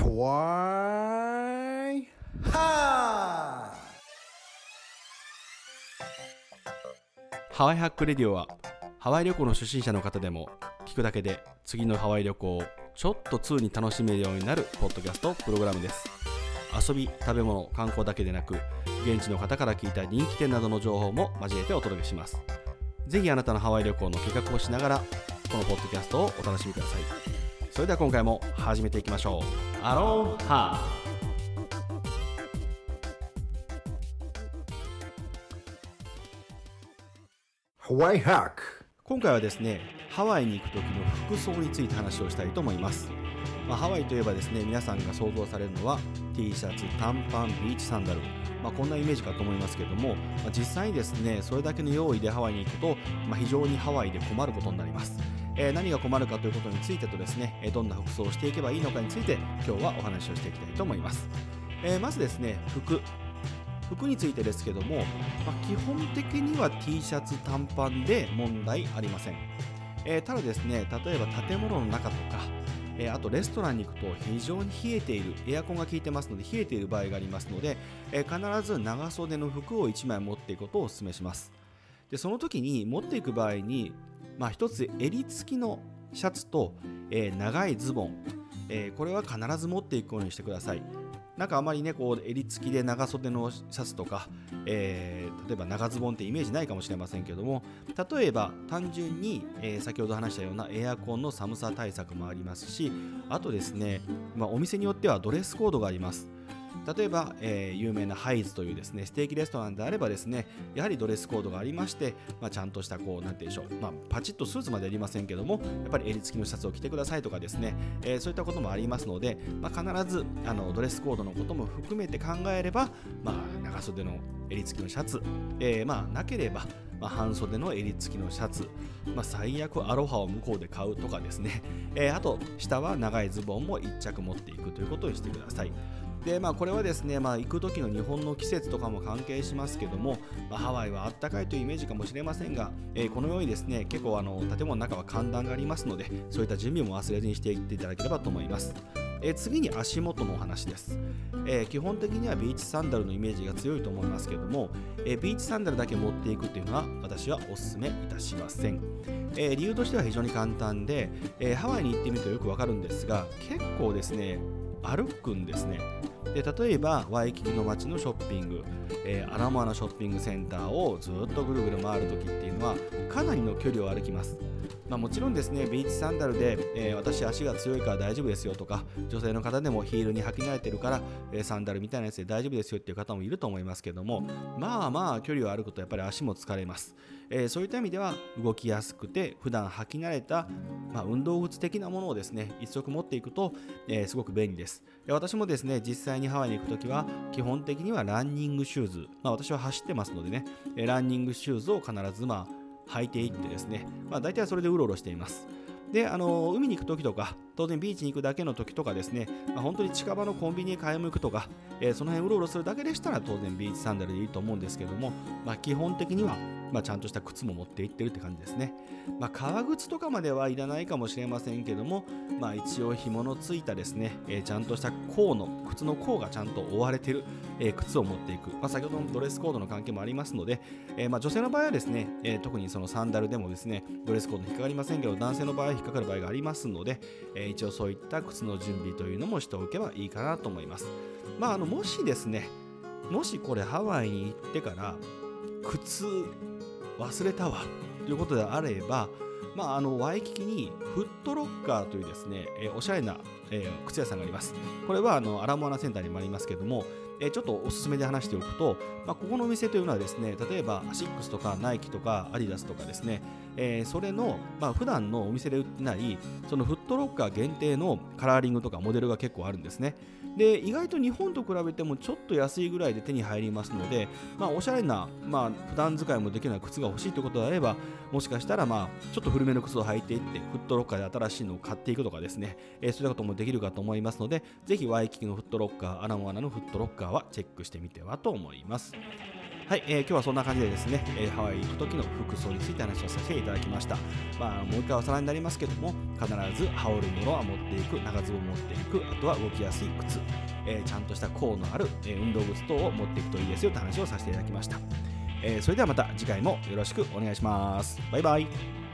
Hawaii High。 ハワイハックレディオはハワイ旅行の初心者の方でも聞くだけで次のハワイ旅行をちょっと通に楽しめるようになるポッドキャストプログラムです。遊び、食べ物、観光だけでなく現地の方から聞いた人気店などの情報も交えてお届けします。ぜひあなたのハワイ旅行の計画をしながらこのポッドキャストをお楽しみください。それでは今回も始めていきましょう。アロハ。 Hawaii Hack。 今回はですね、ハワイに行く時の服装について話をしたいと思います。ハワイといえばですね、皆さんが想像されるのは T シャツ、短パン、ビーチサンダル、こんなイメージかと思いますけれども、実際にですね、それだけの用意でハワイに行くと、非常にハワイで困ることになります。何が困るかということについてとですね、どんな服装をしていけばいいのかについて今日はお話をしていきたいと思います。まずですね、服についてですけども、基本的には T シャツ短パンで問題ありません。ただですね、例えば建物の中とか、あとレストランに行くと非常に冷えている、エアコンが効いてますので冷えている場合がありますので、必ず長袖の服を1枚持っていくことをお勧めします。でその時に持っていく場合に、一つ襟付きのシャツと、長いズボン、これは必ず持っていくようにしてください。なんかあまりね、襟付きで長袖のシャツとか、例えば長ズボンってイメージないかもしれませんけども、例えば単純に、先ほど話したようなエアコンの寒さ対策もありますし、あとですね、お店によってはドレスコードがあります。例えば、有名なハイズというですね、ステーキレストランであればですね、やはりドレスコードがありまして、ちゃんとしたなんて言うんでしょう、パチッとスーツまでやりませんけども、やっぱり襟付きのシャツを着てくださいとかですね、そういったこともありますので、必ずドレスコードのことも含めて考えれば、長袖の襟付きのシャツ、なければ半袖の襟付きのシャツ、最悪アロハを向こうで買うとかですね、あと下は長いズボンも1着持っていくということをしてください。でこれはですね、行く時の日本の季節とかも関係しますけども、ハワイはあったかいというイメージかもしれませんが、このようにですね、結構建物の中は寒暖がありますので、そういった準備も忘れずにしていっていただければと思います。次に足元のお話です。基本的にはビーチサンダルのイメージが強いと思いますけども、ビーチサンダルだけ持っていくっていうのは私はお勧めいたしません。理由としては非常に簡単で、ハワイに行ってみるとよくわかるんですが、結構ですね歩くんですね。で例えばワイキキの街のショッピング、アラモアナショッピングセンターをずっとぐるぐる回るときっていうのはかなりの距離を歩きます。もちろんですね、ビーチサンダルで、私足が強いから大丈夫ですよとか、女性の方でもヒールに履き慣れてるから、サンダルみたいなやつで大丈夫ですよっていう方もいると思いますけども、距離を歩くとやっぱり足も疲れます。そういった意味では動きやすくて普段履き慣れた、運動靴的なものをですね一足持っていくと、すごく便利です。私もですね、実際にハワイに行くときは基本的にはランニングシューズ、私は走ってますのでね、ランニングシューズを必ず履いていってですね、大体それでうろうろしています。で海に行くときとか、当然ビーチに行くだけのときとかですね、本当に近場のコンビニへ買い物行くとか、その辺うろうろするだけでしたら当然ビーチサンダルでいいと思うんですけども、基本的にはちゃんとした靴も持って行ってるって感じですね。革靴とかまではいらないかもしれませんけども、一応紐のついたですね、ちゃんとした靴の甲がちゃんと覆われている、靴を持っていく、先ほどのドレスコードの関係もありますので、女性の場合はですね、特にそのサンダルでもですねドレスコード引っかかりませんけど、男性の場合は引っかかる場合がありますので、一応そういった靴の準備というのもしておけばいいかなと思います。もしですね、もしこれハワイに行ってから靴忘れたわということであれば、ワイキキにフットロッカーというですね、おしゃれな、靴屋さんがあります。これはアラモアナセンターにもありますけども、ちょっとおすすめで話しておくと、ここのお店というのはですね、例えばアシックスとかナイキとかアディダスとかですね、それの、普段のお店で売ってないそのフットロッカー限定のカラーリングとかモデルが結構あるんですね。で意外と日本と比べてもちょっと安いぐらいで手に入りますので、おしゃれな、普段使いもできるような靴が欲しいということであれば、もしかしたらちょっと古めの靴を履いていってフットロッカーで新しいのを買っていくとかですね、そういったこともできるかと思いますので、ぜひワイキキのフットロッカー、アラモアナのフットロッカーはチェックしてみてはと思います。 はい、今日はそんな感じでですね、ハワイ行く時の服装について話をさせていただきました。もう一回おさらいになりますけども、必ず羽織るものは持っていく、長ズボン持っていく、あとは動きやすい靴、ちゃんとした甲のある、運動靴等を持っていくといいですよと話をさせていただきました。それではまた次回もよろしくお願いします。バイバイ。